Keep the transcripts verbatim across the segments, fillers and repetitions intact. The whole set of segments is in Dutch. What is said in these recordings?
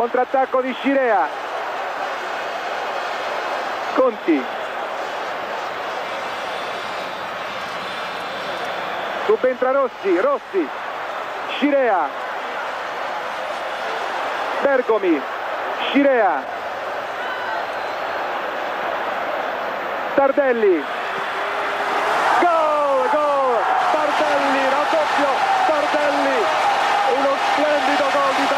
Contrattacco di Scirea. Conti. Subentra Rossi, Rossi. Scirea. Bergomi. Scirea. Tardelli. Gol, gol. Tardelli, raddoppio. Tardelli. Uno splendido gol di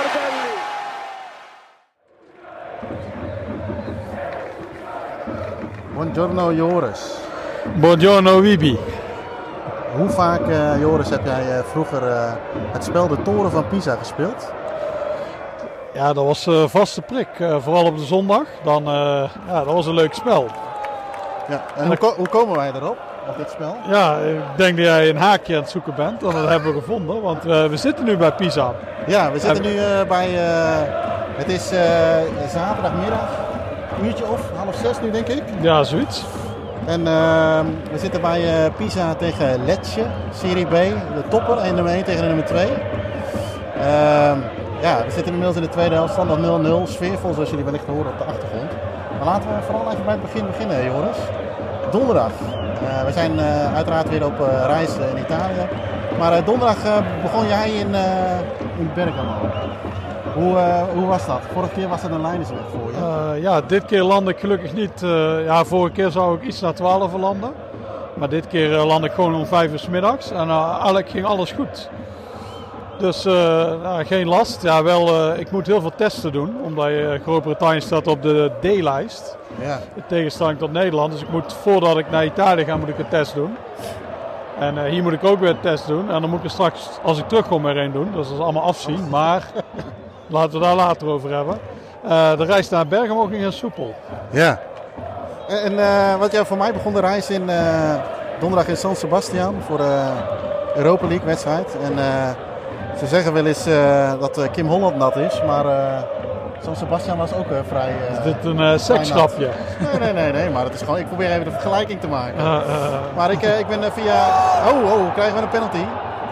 Tardelli. Buongiorno Joris. Buongiorno Wibi. Hoe vaak, uh, Joris, heb jij uh, vroeger uh, het spel De Toren van Pisa gespeeld? Ja, dat was een uh, vaste prik. Uh, vooral op de zondag. Dan, uh, ja, dat was een leuk spel. Ja, en, en hoe, ko- hoe komen wij erop, op dit spel? Ja, ik denk dat jij een haakje aan het zoeken bent. En dat hebben we gevonden, want uh, we zitten nu bij Pisa. Ja, we zitten nu uh, bij... Uh, het is uh, zaterdagmiddag, een uurtje of half zes nu, denk ik. Ja, zoiets. En uh, we zitten bij uh, Pisa tegen Lecce, Serie B, de topper. En nummer één tegen de nummer twee. Uh, ja, we zitten inmiddels in de tweede helft, standaard nul nul. Sfeervol, zoals jullie wellicht horen op de achtergrond. Maar laten we vooral even bij het begin beginnen, Joris. Donderdag. Uh, we zijn uh, uiteraard weer op uh, reis in Italië. Maar uh, donderdag uh, begon jij in, uh, in Bergamo. Hoe, uh, hoe was dat? Vorige keer was het een lijnensweg voor je. Uh, ja, dit keer land ik gelukkig niet. Uh, ja, vorige keer zou ik iets na twaalf landen. Maar dit keer uh, land ik gewoon om vijf uur 's middags. En uh, eigenlijk ging alles goed. Dus uh, nou, geen last. Ja, wel, uh, ik moet heel veel testen doen. Omdat uh, Groot-Brittannië staat op de D-lijst. Ja. In tegenstelling tot Nederland. Dus ik moet, voordat ik naar Italië ga, moet ik een test doen. En uh, hier moet ik ook weer een test doen. En dan moet ik er straks, als ik terugkom, er een doen. Dus dat is allemaal afzien. Maar laten we daar later over hebben. Uh, de reis naar Bergamo ging heel soepel. Ja. En uh, wat jij voor mij begon de reis in uh, donderdag in San Sebastian voor de Europa League wedstrijd. En uh, ze zeggen wel eens uh, dat uh, Kim Holland nat is, maar uh, San Sebastian was ook uh, vrij uh, Is dit een uh, seksgrapje? Nee, nee, nee, nee, maar het is gewoon, ik probeer even de vergelijking te maken. Uh, uh, maar ik, uh, ik ben uh, via... Oh, oh, krijgen we een penalty?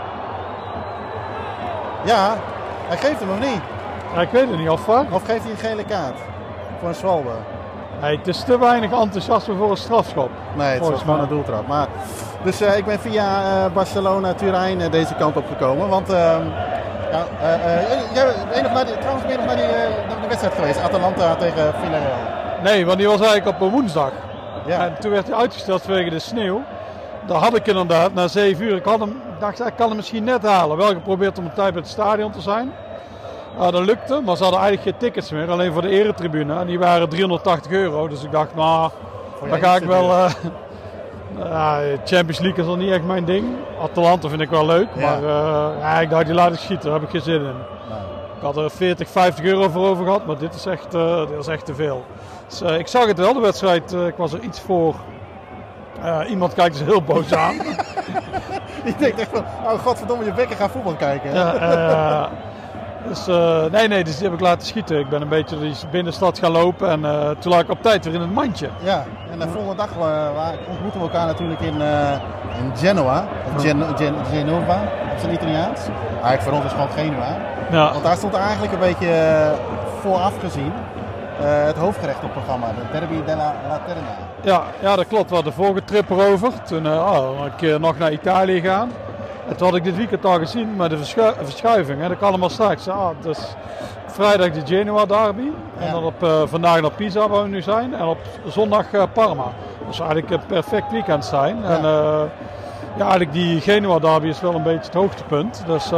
Ja, hij geeft hem of niet? Ja, ik weet het niet, of wat? Of geeft hij een gele kaart voor een Schwalbe? Nee, het is te weinig enthousiasme voor een strafschop. Nee, het is gewoon een doeltrap. Maar, dus uh, ik ben via uh, Barcelona, Turijn uh, deze kant op gekomen. Want uh, ja, uh, uh, jij, ben nog naar die, trouwens ben je nog naar die, uh, naar die wedstrijd geweest, Atalanta tegen Villarreal? Nee, want die was eigenlijk op een woensdag. Ja. En toen werd hij uitgesteld vanwege de sneeuw. Daar had ik inderdaad, na zeven uur, ik had hem, dacht ik kan hem misschien net halen. Wel geprobeerd om een tijd bij het stadion te zijn. Uh, dat lukte, maar ze hadden eigenlijk geen tickets meer, alleen voor de eretribune. En die waren driehonderdtachtig euro, dus ik dacht, nou, dan ga ik wel... Uh, uh, Champions League is al niet echt mijn ding. Atalanta vind ik wel leuk, ja. maar uh, ja, ik dacht, die laat ik schieten, daar heb ik geen zin in. Nee. Ik had er veertig, vijftig euro voor over gehad, maar dit is echt, uh, dit is echt te veel. Dus, uh, ik zag het wel, de wedstrijd, uh, ik was er iets voor. Uh, iemand kijkt dus heel boos aan. Die denkt echt van, oh godverdomme, je bekken gaan voetbal kijken. Ja, uh, Dus, uh, nee, nee, dus die heb ik laten schieten. Ik ben een beetje door die binnenstad gaan lopen en uh, toen lag ik op tijd weer in het mandje. Ja, en de volgende dag uh, ontmoeten we elkaar natuurlijk in, uh, in Genoa, of Gen- Gen- Genova, op zijn Italiaans. Eigenlijk voor ons is het gewoon Genua. Ja. Want daar stond eigenlijk een beetje uh, vooraf gezien uh, het hoofdgerecht op het programma, de Derby della Laterna. Ja, ja, dat klopt. We hadden de vorige trip erover. Toen uh, oh, een keer nog naar Italië gaan. En toen had ik dit weekend al gezien met de verschu- verschuiving. Hè. Dat kan allemaal straks. Ah, dus vrijdag de Genoa derby. Ja. En dan op, uh, vandaag naar Pisa waar we nu zijn. En op zondag uh, Parma. Dus eigenlijk een perfect weekend zijn. Ja. En uh, ja, eigenlijk die Genoa derby is wel een beetje het hoogtepunt. Dus uh,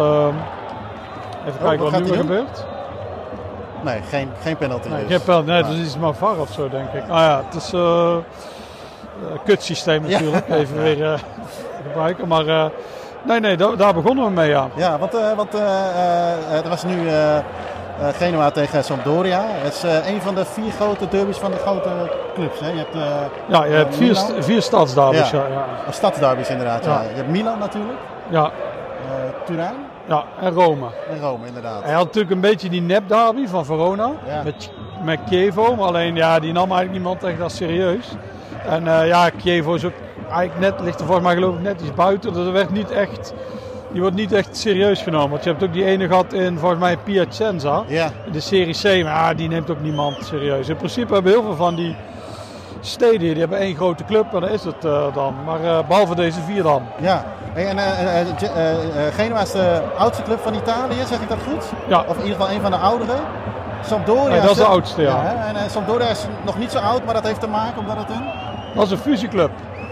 even oh, kijken wat, wat nu weer doen? gebeurt. Nee, geen, geen penalty. Nee, dus. geen penalty. Nee, dus is maar V A R of zo denk ik. Ah ja, het is uh, een kutsysteem natuurlijk. Ja. Even weer uh, gebruiken. Maar... Uh, Nee, nee, daar, daar begonnen we mee, ja. Ja, want, uh, want uh, uh, er was nu uh, uh, Genoa tegen Sampdoria. Het is uh, een van de vier grote derbies van de grote clubs. Hè? Je hebt, uh, ja, je uh, hebt vier, st- vier stadsderbies. Ja. Ja, ja. Oh, stadsderbies inderdaad, ja. ja. Je hebt Milan natuurlijk. Ja. Uh, Turijn. Ja, en Rome. En Rome, inderdaad. Hij had natuurlijk een beetje die nep-derby van Verona. Ja. Met, met Chievo, maar alleen ja, die nam eigenlijk niemand echt als serieus. En uh, ja, Chievo is ook... Eigenlijk net, ligt er volgens mij geloof ik net iets buiten. Dus er werd niet echt die wordt niet echt serieus genomen. Want je hebt ook die ene gehad in, volgens mij, Piacenza. Ja. In de Serie C, maar ja, die neemt ook niemand serieus. In principe hebben heel veel van die steden, die hebben één grote club en dat is het uh, dan. Maar uh, behalve deze vier dan. Ja. Hey, en uh, uh, uh, uh, Genoa is de oudste club van Italië, zeg ik dat goed? Ja. Of in ieder geval een van de oudere. Sampdoria, nee, dat is de oudste, ja. ja en uh, Sampdoria is nog niet zo oud, maar dat heeft te maken omdat het een... Dat is een fusieclub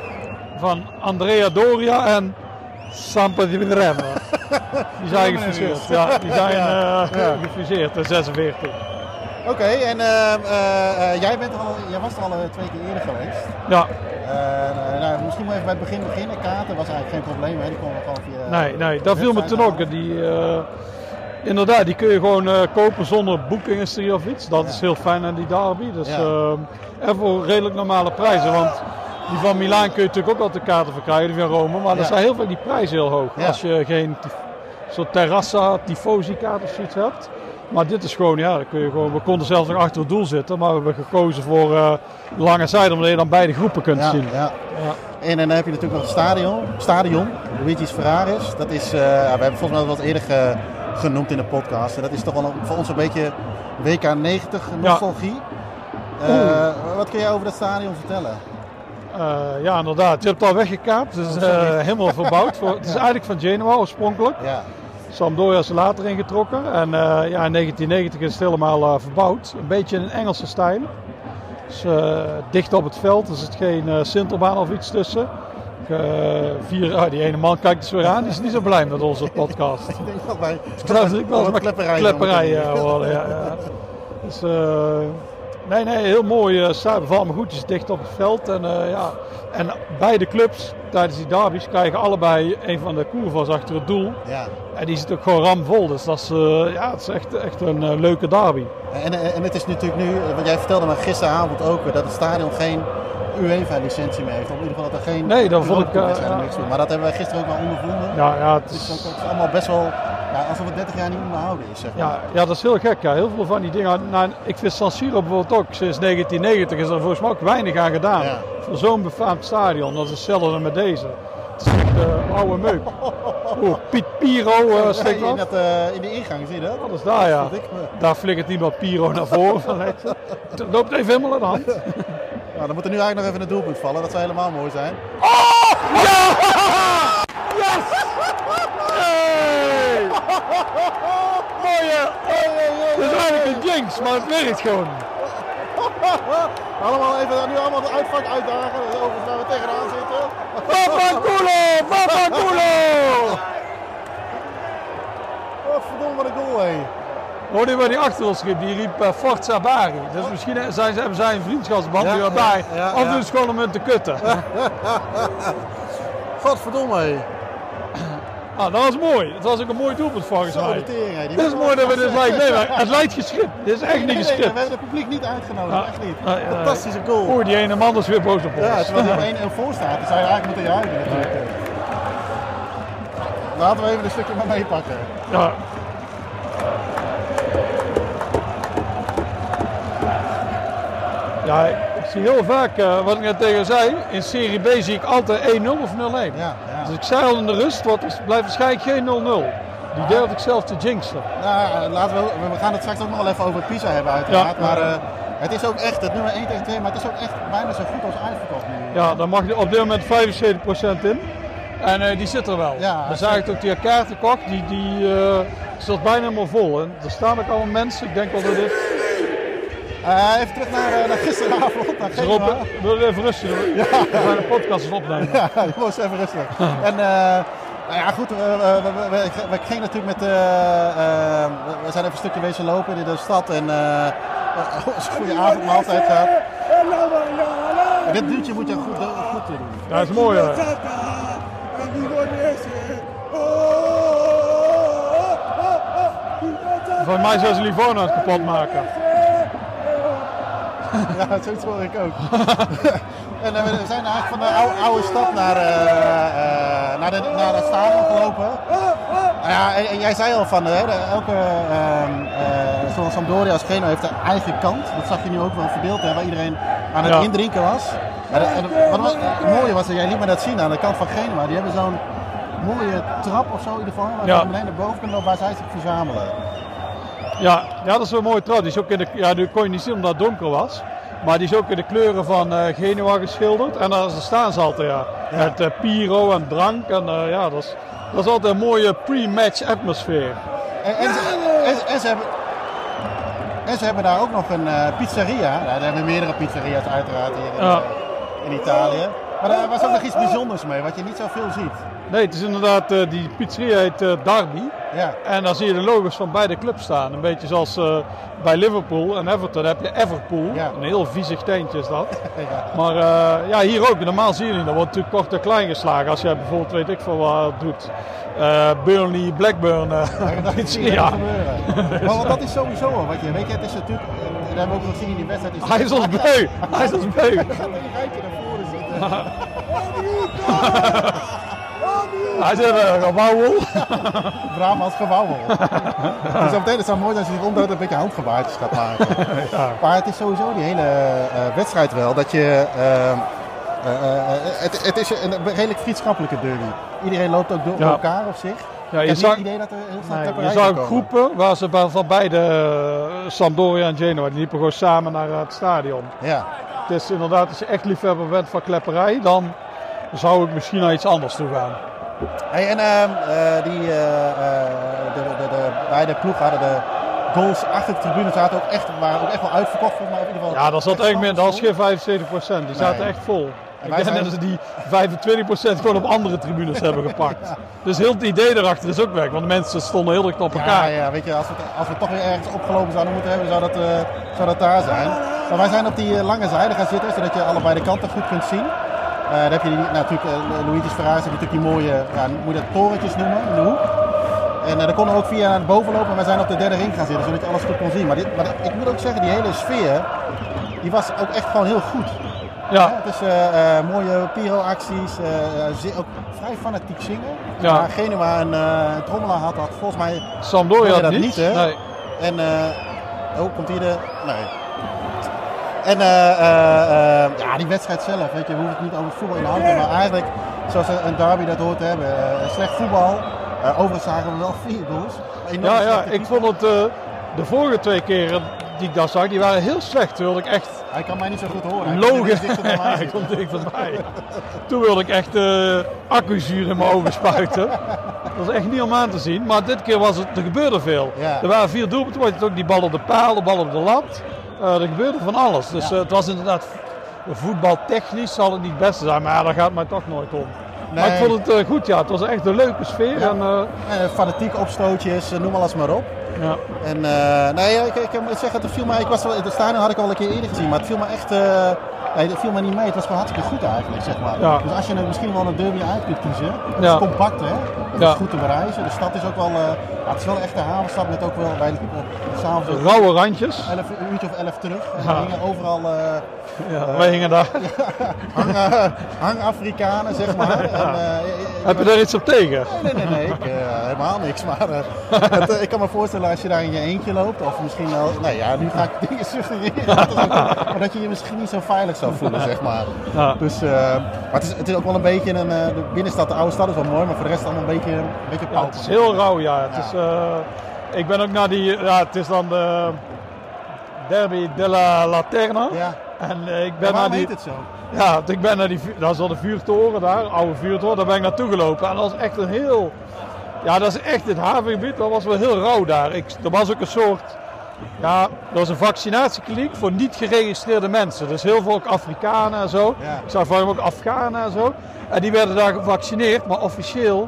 van Andrea Doria en Sampa di Vedremo. Die zijn gefuseerd. Ja, die zijn uh, ja. gefuseerd in zesenveertig. Oké, okay, en uh, uh, uh, jij, bent er al, jij was er al uh, twee keer eerder geweest. Ja. Uh, nou, misschien moet je even bij het begin beginnen. Kaarten was eigenlijk geen probleem, hè? Die konden we gewoon via... Nee, nee, dat viel me ten ook. Die, uh, inderdaad, die kun je gewoon uh, kopen zonder boekingshistorie of iets. Dat ja. is heel fijn aan die derby. Dus, ja. uh, en voor redelijk normale prijzen. Want die van Milaan kun je natuurlijk ook altijd kaarten verkrijgen, die van Rome. Maar ja. er zijn heel veel die prijzen heel hoog. Ja. Als je geen soort terrassa, tifosi kaart of zoiets hebt. Maar dit is gewoon, ja, dan kun je gewoon, we konden zelfs nog achter het doel zitten. Maar we hebben gekozen voor uh, lange zijde, omdat je dan beide groepen kunt ja, zien. Ja. Ja. En dan heb je natuurlijk nog het stadion, stadion Luigi's Ferraris. Dat is, uh, we hebben volgens mij wat eerder ge, genoemd in de podcast. En dat is toch wel een, voor ons een beetje W K negentig nostalgie. Ja. Uh, wat kun je over dat stadion vertellen? Uh, ja, inderdaad. Je hebt het al weggekaapt. Het is uh, helemaal verbouwd. Voor, het is eigenlijk van Genoa oorspronkelijk. Ja. Sampdoria is er later ingetrokken. En uh, ja, in negentien negentig is het helemaal uh, verbouwd. Een beetje in een Engelse stijl. Dus uh, dicht op het veld. Er zit geen uh, Sinterbaan of iets tussen. Uh, vier, uh, die ene man kijkt dus weer aan. Die is niet zo blij met onze podcast. Ik denk dat wij... Ik geloof dat ik wel eens maar klepperij, klepperij uh, worden. Ja, ja. Dus... Uh, Nee, nee, heel mooi. Uh, bevalt me goed. Je zit dicht op het veld. En, uh, ja. en beide clubs tijdens die derbies krijgen allebei een van de courvas achter het doel. Ja. En die zit ook gewoon ramvol. Dus dat is, uh, ja, het is echt, echt een uh, leuke derby. En, en het is natuurlijk nu, want jij vertelde me gisteravond ook, dat het stadion geen UEFA-licentie meer heeft. Of in ieder geval dat er geen... Nee, dat vond ik... Uh, ja. Maar dat hebben wij gisteren ook wel ondervonden. Ja, ja, het is... Het is, ook, het is allemaal best wel... Ja, alsof het dertig jaar niet onderhouden is, zeg maar. Ja, ja, dat is heel gek. Ja. Heel veel van die dingen... Nou, ik vind San Siro bijvoorbeeld ook. Sinds negentien negentig is er volgens mij ook weinig aan gedaan. Ja. Voor zo'n befaamd stadion. Dat is hetzelfde met deze. Het is echt uh, oude meuk. Oeh, Piet Piro uh, steekt ja, in, dat, uh, in de ingang, zie je dat? Dat is daar, ja. Daar flikkert iemand Piro naar voren. Het loopt even helemaal aan de hand. Nou, dan moet er nu eigenlijk nog even een doelpunt vallen. Dat zou helemaal mooi zijn. Oh! Ja! Yes! Hey! Mooie! Het is eigenlijk een jinx, maar het werkt gewoon. Allemaal even, nu allemaal de uitvak uitdagen. Overigens gaan we tegenaan zitten. Papaculo! Papaculo! Wat verdomme wat een goal, hé. Hoorde je bij die achter ons riep, die riep uh, Forza Bari. Dus misschien zijn, hebben zij een vriendschapsband ja, erbij. Ja, ja, of ja. doen ze gewoon om hem te kutten. Godverdomme, hé. Ah, dat was mooi. Het was ook een mooi doelpunt volgens mij. Het is mooi dat we dit lijkt. Nee, maar het lijkt gescript. Dit is echt nee, niet gescript. Nee, we hebben het publiek niet uitgenodigd. Ja. Echt niet. Ah, ja, fantastische goal. Oeh, die ene man is weer boos op ons. Ja, terwijl hij op één nul voor staat. Dan zou je eigenlijk moeten juichen natuurlijk. Ja. Laten we even een stukje maar meepakken. Ja. Ja, ik zie heel vaak, uh, wat ik net tegen zei, in Serie B zie ik altijd één nul of nul één. Ja, ja. Dus ik zei al in de rust, wat is, blijft waarschijnlijk geen nul nul. Die durf ik zelf te jinxen. Nou, laten we, we gaan het straks ook nog wel even over Pisa hebben uiteraard. Ja, maar uh, het is ook echt, het nummer één tegen twee, maar het is ook echt bijna zo goed als uitverkocht nu. Ja, daar mag je op dit moment vijfenzeventig procent in. En uh, die zit er wel. Ja, dan zag ik ook die kaartenkok, die, die uh, zat bijna helemaal vol. En er staan ook allemaal mensen, ik denk wel dat dit... Uh, even terug naar, uh, naar gisteravond. Naar Rob, wil je even rustig doen? Ja. We gaan de podcast eens opnemen. Ja, je moet even rustig. En uh, nou ja, goed, uh, we, we, we, we gingen natuurlijk met... Uh, uh, we zijn even een stukje wezen lopen in de stad en uh, uh, een goede avondmaaltijd gehad. En dit duurtje moet je goed, uh, goed doen. Ja, dat is mooi hoor. Van mij zou ze Livorno aan het kapot maken. Ja, zoiets hoor ik ook. En uh, we zijn eigenlijk van de oude, oude stad naar, uh, uh, naar, de, naar het stadion gelopen. Uh, ja, en, en jij zei al van, uh, elke, uh, uh, zoals Sampdoria als Genoa heeft een eigen kant. Dat zag je nu ook wel verdeeld, hè, waar iedereen aan het ja. indrinken was. En, en, wat was het mooie was, dat jij liet me dat zien aan de kant van Genoa. Die hebben zo'n mooie trap of zo in ieder geval. Waar Ja. je beneden naar boven kunt lopen, waar zij zich verzamelen. Ja, ja, dat is wel een mooie trap. Die is ook in de, ja, die kon je niet zien omdat het donker was. Maar die is ook in de kleuren van uh, Genua geschilderd. En daar staan ze altijd, ja. Ja. Met uh, Piro en drank. En uh, ja, dat is, dat is altijd een mooie pre-match atmosfeer. En, en, ze, en, en, ze hebben, en ze hebben daar ook nog een uh, pizzeria. Nou, daar hebben we meerdere pizzeria's uiteraard hier in, Ja. uh, in Italië. Maar daar was ook nog iets bijzonders mee, wat je niet zoveel ziet. Nee, het is inderdaad, uh, die pizzeria heet uh, Derby. Ja. En daar zie je de logos van beide clubs staan. Een beetje zoals uh, bij Liverpool en Everton heb je Everpool. Ja. Een heel viezig tentje is dat. Ja. Maar uh, ja, hier ook. Normaal zie je niet. Dat wordt natuurlijk kort en klein geslagen. Als jij bijvoorbeeld, weet ik veel wat doet. Uh, Burnley, Blackburn. Uh, Dat iets, zie je ja. gebeuren. Maar want dat is sowieso al wat je weet. Je, het is natuurlijk, uh, dat hebben we ook gezien in die wedstrijd. Is Hij is ons beu. Hij is ons beu. Dan gaat een rijtje naar voren zitten. Hij zegt uh, gewauwel. Brabants gewauwel. Dus op het zou mooi zijn als je zich omdraait een beetje handgebaartjes gaat maken. Ja. Maar het is sowieso die hele uh, wedstrijd wel dat je... Uh, uh, uh, het, het is een redelijk vriendschappelijke derby. Iedereen loopt ook door Ja. elkaar op zich. Ja, Ik je heb zag, niet het idee dat er heel snel nee, je tepperijen zag komen. groepen waar ze bij- van beide uh, Sampdoria en Genoa, die liepen gewoon samen naar uh, het stadion. Ja. Het is inderdaad, als je echt liefhebber bent van klepperij, dan zou ik misschien naar iets anders toe gaan. Hey, en uh, uh, die, uh, uh, de, de, de, beide ploegen hadden de goals achter de tribune zaten ook echt, waren ook echt wel uitverkocht volgens mij. In ieder geval Ja, dat zat echt echt meer, dat was vol. geen vijfenzeventig procent. Die zaten Nee. echt vol. Ik wij denk zijn- dat ze die vijfentwintig procent gewoon op andere tribunes hebben gepakt. Dus heel het idee erachter is ook weg, want de mensen stonden heel dicht op Ja, elkaar. ja, weet je, als we, als we toch weer ergens opgelopen zouden moeten hebben, zou dat, uh, zou dat daar zijn. Maar wij zijn op die uh, lange zijde gaan zitten, zodat je allebei de kanten goed kunt zien. Uh, dan heb je die, nou, natuurlijk, uh, Luigi's Ferraris heb je natuurlijk die mooie, ja, moet je dat torentjes noemen, in de hoek. En uh, daar konden we ook via naar boven lopen en wij zijn op de derde ring gaan zitten, zodat je alles goed kon zien. Maar, dit, maar ik moet ook zeggen, die hele sfeer, die was ook echt gewoon heel goed. Ja, Ja, het is uh, uh, mooie pyro-acties, uh, zi- ook vrij fanatiek zingen. Ja. Maar Genua een uh, trommelaar had, had volgens mij... Sampdoria Hoor je had dat niet. niet, hè? Nee. En, uh, oh, komt hier de... Nee. En uh, uh, uh, ja, die wedstrijd zelf, weet je, we hoeven het niet over het voetbal in de hand te hebben, maar eigenlijk, zoals een derby dat hoort te hebben, uh, slecht voetbal. Uh, overigens zagen we wel vier goals. Enorm Ja, ja, slechte ik keeper. vond het uh, de vorige twee keren die ik dat zag, die waren heel slecht. Toen wilde ik echt Hij kan mij niet zo goed horen. Hij komt logen. net iets dichter bij mij Hij zitten. komt dichterbij. Toen wilde ik echt uh, accuzuur in mijn ogen spuiten. Dat was echt niet om aan te zien. Maar dit keer was het, er gebeurde veel. Ja. Er waren vier doelpunten, maar je had ook die bal op de paal, de bal op de lat. Uh, er gebeurde van alles. Dus Ja. uh, het was inderdaad voetbaltechnisch zal het niet het beste zijn, maar ja, daar gaat het mij toch nooit om. Maar ik Nee. vond het uh, goed, ja. Het was echt een leuke sfeer. Ja. En, uh, Uh, fanatiek opstootjes, uh, noem alles maar op. ja. En uh, nee, ik, ik moet zeggen, het viel mij, ik was wel, het stadion had ik al een keer eerder gezien, maar het viel me echt, uh, nee, het viel me niet mee. Het was gewoon hartstikke goed eigenlijk, zeg maar. Ja. Dus als je er misschien wel een derby uit kunt kiezen, het Ja. is compact hè, het Ja. is goed te bereizen. De stad is ook wel, uh, ja, het is wel echt een havenstad met ook wel bij uh, s'avonds ook Rauwe randjes. elf, een uurtje of elf terug. En Ja. er hingen overal uh, Ja, wij hingen daar. hang, uh, hang-Afrikanen, zeg maar. En, uh, Heb je daar iets op tegen? Nee, nee, nee, nee. Ik, uh, helemaal niks. Maar uh, het, uh, ik kan me voorstellen als je daar in je eentje loopt, of misschien wel, nou ja, nu ga ik dingen suggereren, dat is ook, maar dat je je misschien niet zo veilig zou voelen, zeg maar. Ja. Dus, uh, maar het is, het is ook wel een beetje een, uh, de binnenstad, de oude stad is wel mooi, maar voor de rest allemaal een beetje, een beetje Ja, pauw. het is heel rauw, ja. Het Ja. Is, uh, ik ben ook naar die, ja, het is dan de Derby della Laterna. Ja. En uh, ik Ja, ben naar waarom die, heet het zo? ja, ik ben naar die, vu- daar is al de vuurtoren daar, oude vuurtoren, daar ben ik naartoe gelopen. En dat was echt een heel, ja, dat is echt het havengebied, dat was wel heel rauw daar. Ik, er was ook een soort, ja, dat was een vaccinatiekliniek voor niet geregistreerde mensen. Dus heel veel ook Afrikanen en zo. Ja. Ik zag vooral ook Afghanen en zo. En die werden daar gevaccineerd, maar officieel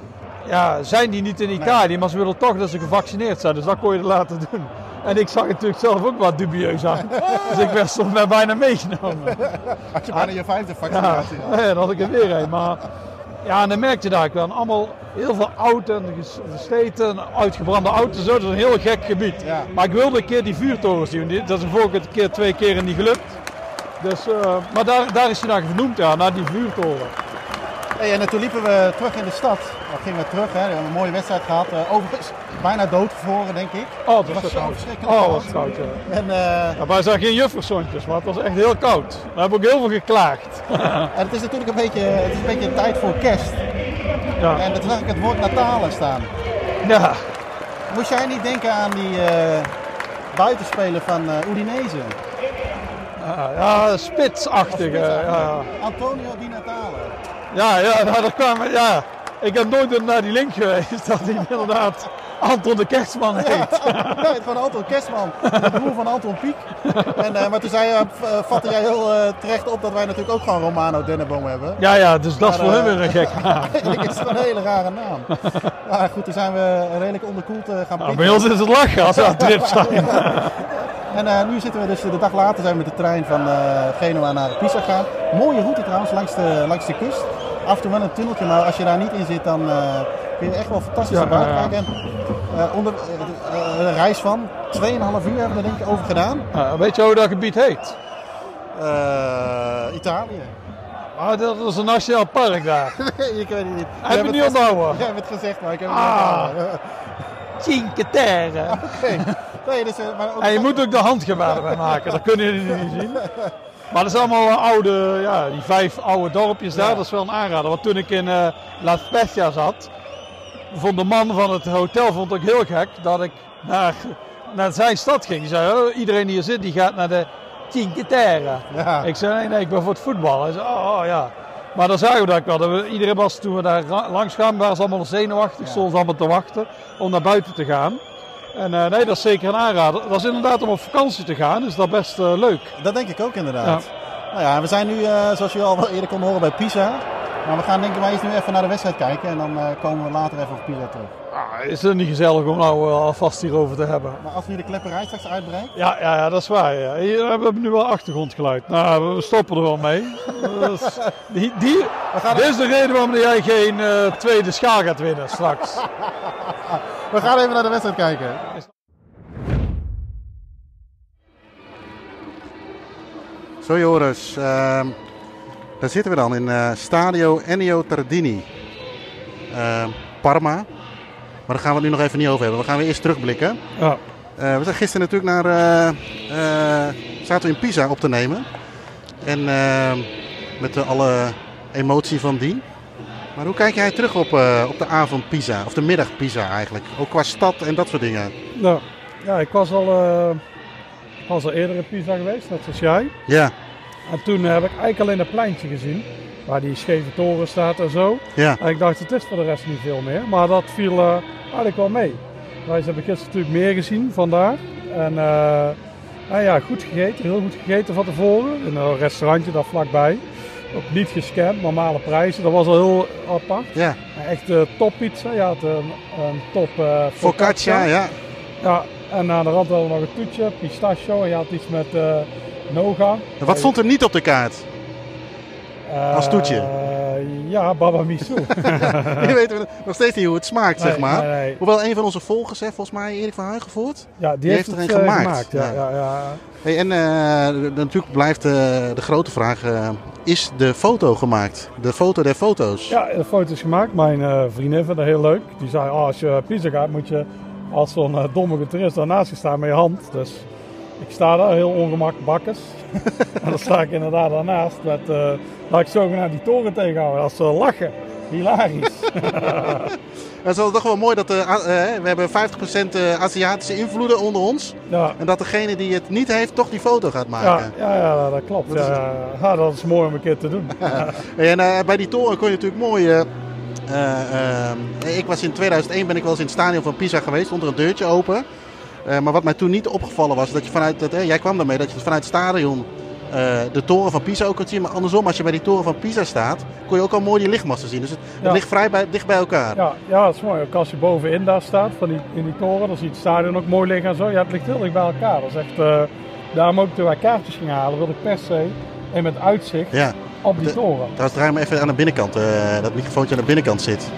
ja, zijn die niet in Italië, maar ze willen toch dat ze gevaccineerd zijn. Dus dat kon je er laten doen. En ik zag natuurlijk zelf ook wat dubieus aan. Dus ik werd soms mij bijna meegenomen. Had je bijna je vijfde Ja, vaccinatie had. nee, dan had ik er weer een. Maar ja, en dan merkte je daar wel allemaal heel veel oud en ges- gesleten, uitgebrande auto's. Zo. Dat is een heel gek gebied. Ja. Maar ik wilde een keer die vuurtorens zien. Die- Dat is de vorige keer twee keer niet gelukt. Dus, uh, maar daar, daar is hij naar vernoemd, ja, naar die vuurtoren. Hey, en toen liepen we terug in de stad. Dan gingen we terug, hè. We hebben een mooie wedstrijd gehad. Uh, overigens bijna doodgevroren, denk ik. Oh, het Het was, was zo zo koud. verschrikkelijk Oh, koud. wat koud, ja. En, uh, Ja, wij zijn geen juffersontjes, maar het was echt heel koud. We hebben ook heel veel geklaagd. en het is natuurlijk een beetje, het is een beetje een tijd voor kerst. Ja. En toen zag ik het woord Natale staan. Ja. Moest jij niet denken aan die uh, buitenspeler van uh, Udinese? Ja, ja spitsachtige. Ja, ja. Antonio Di Natale. Ja, ja, nou, dat kwam, ja. Ik heb nooit naar die link geweest dat hij inderdaad Anton de Kerstman heet. Ja, ja, het gewoon Anton Kerstman, de broer van Anton Pieck. En, uh, maar toen zei, uh, vatte jij heel uh, terecht op dat wij natuurlijk ook gewoon Romano Denneboom hebben. Ja, ja, dus dat maar, is voor uh, hem weer een gek naam. Eigenlijk is het een hele rare naam. Maar goed, toen zijn we redelijk onderkoeld uh, gaan pieken. Nou, bij ons is het lachen als we aan het trip zijn. Ja. En uh, nu zitten we dus de dag later zijn we met de trein van uh, Genua naar Pisa gegaan. Mooie route trouwens, langs de, langs de kust. Af en toe wel een tunneltje, maar als je daar niet in zit, dan uh, kun je echt wel fantastisch naar buiten kijken. En uh, onder uh, uh, een reis van tweeënhalf uur hebben we er denk ik over gedaan. Uh, weet je hoe dat gebied heet? Uh, Italië. Ah, dat is een nationaal park daar. Nee, ik weet het niet. Heb je niet onthouden? Jij hebt het gezegd, maar ik heb het ah. niet onthouden. Cinque Terre. Oké. Okay. Nee, dus, uh, maar ook en je moet ook de handgebaren bij maken, dat kunnen jullie niet zien. Maar dat is allemaal oude, ja, die vijf oude dorpjes daar, ja. Dat is wel een aanrader. Want toen ik in uh, La Spezia zat, vond de man van het hotel vond ik heel gek dat ik naar, naar zijn stad ging. Die zei, oh, iedereen die hier zit, die gaat naar de Cinque Terre. Ja. Ik zei, nee, nee, ik ben voor het voetbal. Hij zei, oh, oh ja. Maar dan zagen we dat ik wel. Dat we, iedereen was, toen we daar langs gaan, waren ze allemaal zenuwachtig. Ja. Stonden ze allemaal te wachten om naar buiten te gaan. En uh, nee, dat is zeker een aanrader. Dat is inderdaad om op vakantie te gaan, dus dat is best uh, leuk. Dat denk ik ook inderdaad. Ja. Nou ja, we zijn nu, uh, zoals je al eerder kon horen, bij Pisa. Maar we gaan denk ik maar eens nu even naar de wedstrijd kijken en dan uh, komen we later even op Pisa terug. Ah, is het niet gezellig om nou uh, alvast hierover te hebben? Maar als nu de klepperij straks uitbreidt? Ja, ja, ja, dat is waar. Ja. Hier hebben we nu wel achtergrondgeluid. Nou, we stoppen er wel mee. Dus, die, die, dit is de reden waarom jij geen uh, tweede schaal gaat winnen straks. We gaan even naar de wedstrijd kijken. Zo Joris, uh, daar zitten we dan in uh, Stadio Ennio Tardini, uh, Parma. Maar daar gaan we het nu nog even niet over hebben. We gaan weer eerst terugblikken. Ja. Uh, we zijn gisteren natuurlijk naar, uh, uh, zaten we in Pisa op te nemen. En uh, met de, alle emotie van dien. Maar hoe kijk jij terug op, uh, op de avond Pisa, of de middag Pisa eigenlijk? Ook qua stad en dat soort dingen. Nou, ja, ik was al... Uh... Ik was al eerder in Pisa geweest, net zoals jij. Ja. En toen heb ik eigenlijk alleen een pleintje gezien, waar die scheve toren staat en zo. Ja. En ik dacht, het is voor de rest niet veel meer. Maar dat viel uh, eigenlijk wel mee. Wij hebben gisteren natuurlijk meer gezien vandaar. En uh, nou ja, goed gegeten, heel goed gegeten van tevoren. In een restaurantje daar vlakbij. Ook niet gescand, normale prijzen. Dat was al heel apart. Ja. Echt uh, top pizza. Ja, het, een, een top uh, focaccia. Focaccia, ja. Ja. En aan de rand hadden we nog een toetje, pistachio en je had iets met uh, noga. Wat stond er niet op de kaart? Uh, Als toetje? Uh, ja, baba miso. Je weet nog steeds niet hoe het smaakt, nee, zeg maar. Nee, nee. Hoewel een van onze volgers, hè, volgens mij Erik van Huigenvoort, ja, die, die heeft, heeft er een uh, gemaakt. gemaakt ja, ja. Ja, ja. Hey, en uh, natuurlijk blijft uh, de grote vraag, uh, is de foto gemaakt? De foto der foto's? Ja, de foto is gemaakt. Mijn uh, vriendin vindt het heel leuk. Die zei, oh, als je Pisa gaat moet je... Als zo'n uh, domme toerist daarnaast staan met je hand. Dus ik sta daar heel ongemakkelijk bakkes. En dan sta ik inderdaad daarnaast. Met, uh, dat ik zogenaamd die toren tegenhouden. Als ze lachen. Hilarisch. Het is toch wel mooi dat uh, uh, we hebben vijftig procent uh, Aziatische invloeden onder ons. Ja. En dat degene die het niet heeft toch die foto gaat maken. Ja, ja, ja dat klopt. Dat is, ja, ja, dat is mooi om een keer te doen. En uh, bij die toren kon je natuurlijk mooi... Uh, Uh, uh, ik was in tweeduizend één ben ik wel eens in het stadion van Pisa geweest, stond er een deurtje open. Uh, maar wat mij toen niet opgevallen was, dat je vanuit het, eh, jij kwam daarmee, dat je vanuit het stadion uh, de toren van Pisa ook kunt zien. Maar andersom, als je bij die toren van Pisa staat, kon je ook al mooi die lichtmasten zien. Dus het, ja. het ligt vrij bij, dicht bij elkaar. Ja, ja, dat is mooi. Ook als je bovenin daar staat, van die, in die toren, dan zie je het stadion ook mooi liggen en zo. Ja, het ligt heel dicht bij elkaar. Dat is echt, uh, daarom ook toen wij kaartjes gingen halen, wilde ik per se en met uitzicht. Ja. Op die toren. Trouwens, draai me even aan de binnenkant, uh, dat microfoontje aan de binnenkant zit.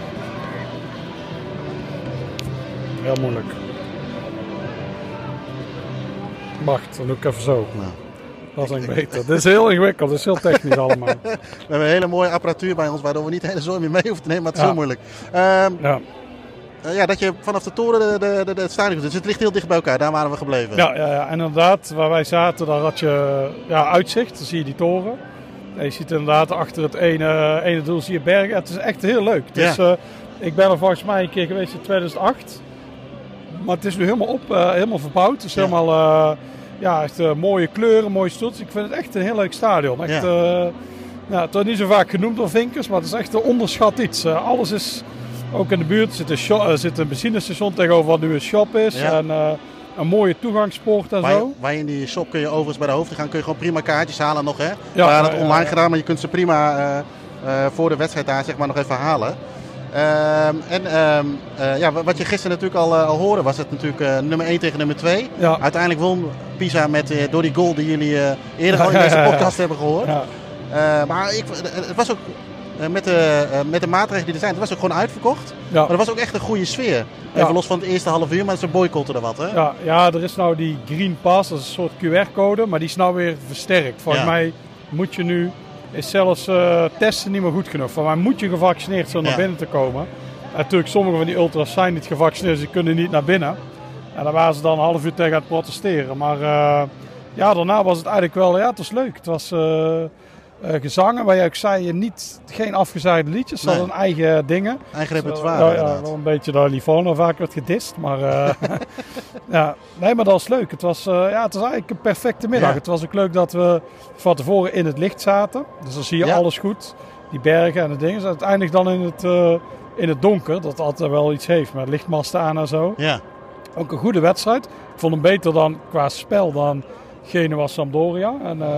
Heel moeilijk. Wacht, dan doe ik even zo. Nou, dat is eigenlijk beter. Dit is heel ingewikkeld, dit is heel technisch allemaal. We hebben een hele mooie apparatuur bij ons, waardoor we niet de hele zooi meer mee hoeven te nemen, maar het is ja. heel moeilijk. Um, ja. Uh, ja, dat je vanaf de toren de, de, de, de, het stadion... Dus het ligt heel dicht bij elkaar, daar waren we gebleven. Ja, ja, ja. En inderdaad, waar wij zaten, daar had je ja, uitzicht, dan zie je die toren. Nee, je ziet inderdaad achter het ene, ene doel zie je bergen. Het is echt heel leuk. Het Ja. is, uh, ik ben er volgens mij een keer geweest in tweeduizend acht. Maar het is nu helemaal op, uh, helemaal verbouwd. Het is Ja. helemaal, uh, ja, echt uh, mooie kleuren, mooie stoets. Ik vind het echt een heel leuk stadion. Echt, Ja. uh, ja, het wordt niet zo vaak genoemd door Vinkers, maar het is echt een onderschat iets. Uh, alles is, ook in de buurt zit een, shop, uh, zit een benzinestation tegenover wat nu een shop is. Ja. En uh, een mooie toegangspoort en Waar je, zo. waar je in die shop kun je overigens bij de hoofdingang kun je gewoon prima kaartjes halen nog, hè? Ja, We hadden het ja, online ja. gedaan, maar je kunt ze prima uh, uh, voor de wedstrijd daar zeg maar nog even halen. Um, en um, uh, ja, wat je gisteren natuurlijk al, uh, al hoorde, was het natuurlijk uh, nummer één tegen nummer twee. Ja. Uiteindelijk won Pisa met, uh, door die goal die jullie uh, eerder Ja, al in deze ja, ja, podcast hebben gehoord. Ja. Uh, maar ik, het was ook uh, met, de, uh, met de maatregelen die er zijn, het was ook gewoon uitverkocht. Ja. Maar er was ook echt een goede sfeer. Even Ja. los van het eerste half uur, maar ze boycotten er wat, hè? Ja, ja, er is nou die Green Pass, dat is een soort Q R-code, maar die is nou weer versterkt. Volgens Ja. mij moet je nu, is zelfs uh, testen niet meer goed genoeg. Voor mij moet je gevaccineerd zijn om Ja. naar binnen te komen. En natuurlijk, sommige van die ultras zijn niet gevaccineerd, dus die kunnen niet naar binnen. En daar waren ze dan een half uur tegen aan het protesteren. Maar uh, ja, daarna was het eigenlijk wel, ja, het was leuk. Het was uh, uh, gezangen, waar je ook zei, je niet, geen afgezaaide liedjes, ze Nee. hadden eigen dingen. Eigen Zo, repertoire, ja, ja, inderdaad. wel een beetje dat Livorno vaak werd gedist, maar uh, ja, nee, maar dat was leuk. Het was, uh, ja, het was eigenlijk een perfecte middag. Ja. Het was ook leuk dat we van tevoren in het licht zaten, dus dan zie je Ja. alles goed, die bergen en de dingen. Dus uiteindelijk dan in het, uh, in het donker, dat altijd wel iets heeft met lichtmasten aan en zo. Ja. Ook een goede wedstrijd. Ik vond hem beter dan qua spel dan Genoa Sampdoria. En, uh,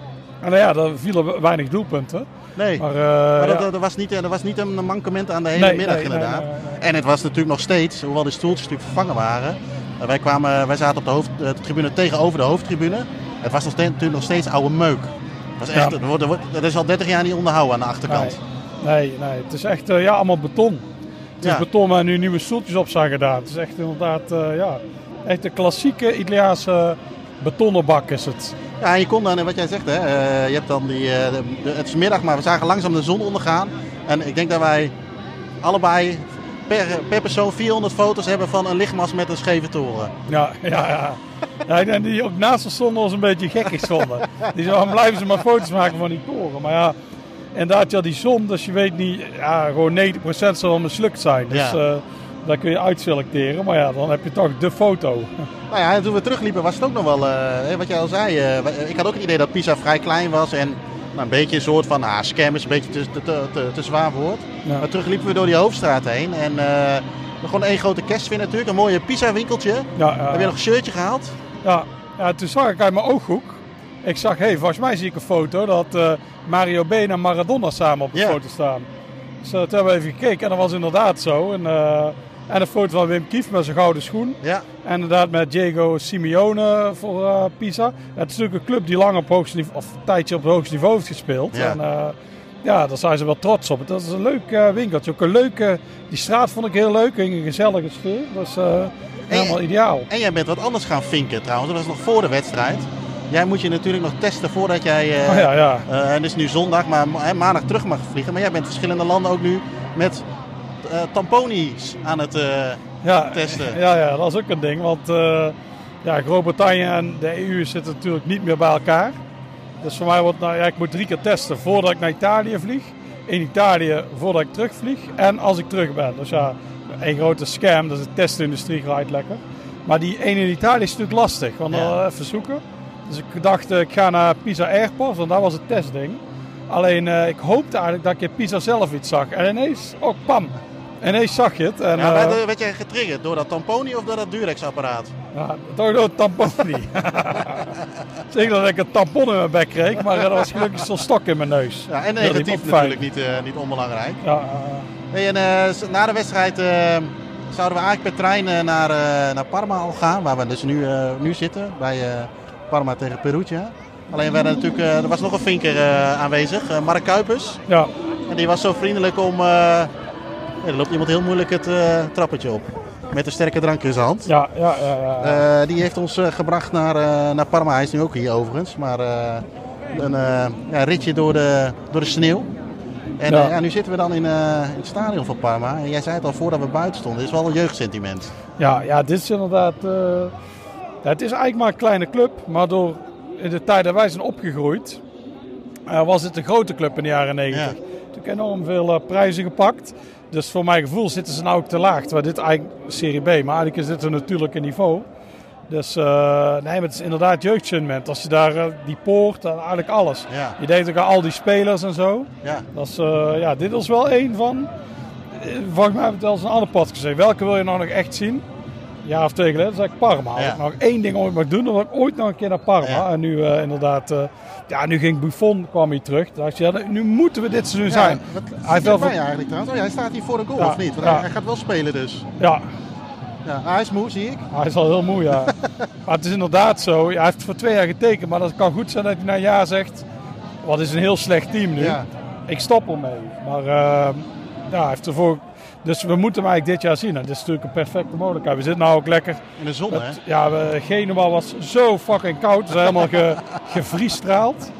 en uh, ja, daar vielen weinig doelpunten. Nee. Maar, uh, Maar dat, ja. er, was niet, er was niet een mankement aan de hele Nee, middag nee, inderdaad. nee, nee, nee. En het was natuurlijk nog steeds, hoewel de stoeltjes natuurlijk vervangen waren. Uh, wij, kwamen, wij zaten op de, hoofd, uh, de tribune tegenover de hoofdtribune. Het was nog steeds, natuurlijk nog steeds oude meuk. Het was echt, Ja. er wordt, er wordt, dat is al dertig jaar niet onderhouden aan de achterkant. Nee, nee, nee. Het is echt uh, ja, allemaal beton. Het is Ja. beton waar nu nieuwe stoeltjes op zijn gedaan. Het is echt inderdaad uh, ja, echt een klassieke Italiaanse betonnen bak is het. Ja, en je kon dan, wat jij zegt, hè, uh, je hebt dan die, uh, de, de, het is middag, maar we zagen langzaam de zon ondergaan. En ik denk dat wij allebei per, per persoon vierhonderd foto's hebben van een lichtmast met een scheve toren. Ja, ja, ja. Ja, ik denk die ook naast ons stonden ons een beetje gekkig vonden. Die zo, waarom blijven ze maar foto's maken van die toren? Maar ja, inderdaad, ja, die zon, dus je weet niet, ja, gewoon negentig procent zal wel mislukt zijn. Dus Ja. uh, daar kun je uitselecteren. Maar ja, dan heb je toch de foto. Nou ja, en toen we terugliepen was het ook nog wel, uh, wat jij al zei, uh, ik had ook het idee dat Pisa vrij klein was en nou, een beetje een soort van, ah, scam is een beetje te, te, te, te, te zwaar woord. Ja. Maar terug liepen we door die hoofdstraat heen en uh, gewoon één grote kerstfin natuurlijk, een mooie Pisa winkeltje. Ja, ja, Heb je nog een shirtje gehaald? Ja, ja, toen zag ik uit mijn ooghoek. Ik zag, hé, hey, volgens mij zie ik een foto dat uh, Mario Been en Maradona samen op de Ja. foto staan. Dus uh, toen hebben we even gekeken en dat was inderdaad zo. En, uh, en een foto van Wim Kief met zijn gouden schoen. Ja. En inderdaad met Diego Simeone voor uh, Pisa. Het is natuurlijk een club die lang op hoogste niveau, of een tijdje op het hoogste niveau heeft gespeeld. Ja. En uh, ja, daar zijn ze wel trots op. Dat is een leuk uh, winkeltje. Ook een leuke, die straat vond ik heel leuk. Een gezellige sfeer. Dat is uh, helemaal ideaal. En jij bent wat anders gaan vinken trouwens, dat was nog voor de wedstrijd. Jij moet je natuurlijk nog testen voordat jij, uh, Oh ja, ja. uh, en het is nu zondag, maar ma- maandag terug mag vliegen. Maar jij bent verschillende landen ook nu met uh, tamponies aan het uh, Ja, testen. ja, ja, dat is ook een ding. Want uh, ja, Groot-Brittannië en de E U zitten natuurlijk niet meer bij elkaar. Dus voor mij wordt nou, ja, ik moet drie keer testen voordat ik naar Italië vlieg. In Italië voordat ik terugvlieg. En als ik terug ben. Dus ja, een grote scam. Dus de testindustrie gaat lekker. Maar die ene in Italië is natuurlijk lastig. Want dan Ja. even zoeken. Dus ik dacht, ik ga naar Pisa Airport. Want dat was het testding. Alleen uh, ik hoopte eigenlijk dat ik in Pisa zelf iets zag. En ineens, oh pam. Ineens zag je het. En, Ja, uh, werd, werd jij getriggerd door dat tamponi of door dat Durex-apparaat? ja, toch door het tampon niet. Zeker dat ik een tampon in mijn bek kreeg, maar er was gelukkig zo'n stok in mijn neus. Ja, en Dat liep negatief ook fijn. natuurlijk niet, uh, niet onbelangrijk. Ja, uh, Hey, en, uh, na de wedstrijd uh, zouden we eigenlijk per trein uh, naar, uh, naar Parma al gaan, waar we dus nu, uh, nu zitten, bij uh, Parma tegen Perugia. Alleen werden natuurlijk, uh, er was nog een vinker uh, aanwezig, uh, Mark Kuipers. ja. En die was zo vriendelijk om, uh, ja, er loopt iemand heel moeilijk het uh, trappetje op. Met een sterke drank in zijn hand. Ja, ja, ja, ja. Uh, die heeft ons uh, gebracht naar, uh, naar Parma. Hij is nu ook hier overigens. Maar uh, een uh, ja, ritje door de, door de sneeuw. En Ja. uh, ja, nu zitten we dan in, uh, in het stadion van Parma. En jij zei het al voordat we buiten stonden. Het is wel een jeugdsentiment. Ja, ja, dit is inderdaad... Uh, ja, het is eigenlijk maar een kleine club, maar door in de tijd dat wij zijn opgegroeid... uh, was het een grote club in de jaren negentig. Ja. Toen enorm veel uh, prijzen gepakt. Dus voor mijn gevoel zitten ze nou ook te laag. Terwijl dit eigenlijk Serie B, maar eigenlijk is dit een natuurlijke niveau. Dus uh, nee, maar het is inderdaad jeugdsentiment. Als je daar uh, die poort, dan eigenlijk alles. Ja. Je denkt ook aan al die spelers en zo. Ja. Dat is, uh, ja, dit is wel één van. Volgens mij heb ik het wel eens een ander pad gezegd. Welke wil je nou nog echt zien? Ja, of twee geleden, dat is eigenlijk Parma. Ja. Als ik nog één ding ooit mag doen, dan wil ik ooit nog een keer naar Parma. Ja. En nu uh, inderdaad, uh, ja, nu ging Buffon, kwam hij terug. Toen dacht je, ja, nu moeten we dit seizoen zijn. Ja, wat hij wel voor... eigenlijk trouwens. Oh, ja, hij staat hier voor een goal, ja, of niet? Want ja. hij, hij gaat wel spelen dus. Ja. Ja, hij is moe, zie ik. Hij is al heel moe, ja. Maar het is inderdaad zo. Hij heeft voor twee jaar getekend, maar dat kan goed zijn dat hij na een jaar zegt, wat is een heel slecht team nu. Ja. Ik stop ermee. Maar uh, ja, hij heeft ervoor... Dus we moeten hem eigenlijk dit jaar zien. En dit is natuurlijk een perfecte mogelijkheid. We zitten nou ook lekker... In de zon, met, hè? Ja, we, Genua was zo fucking koud. Het is helemaal ge, gevriesstraald.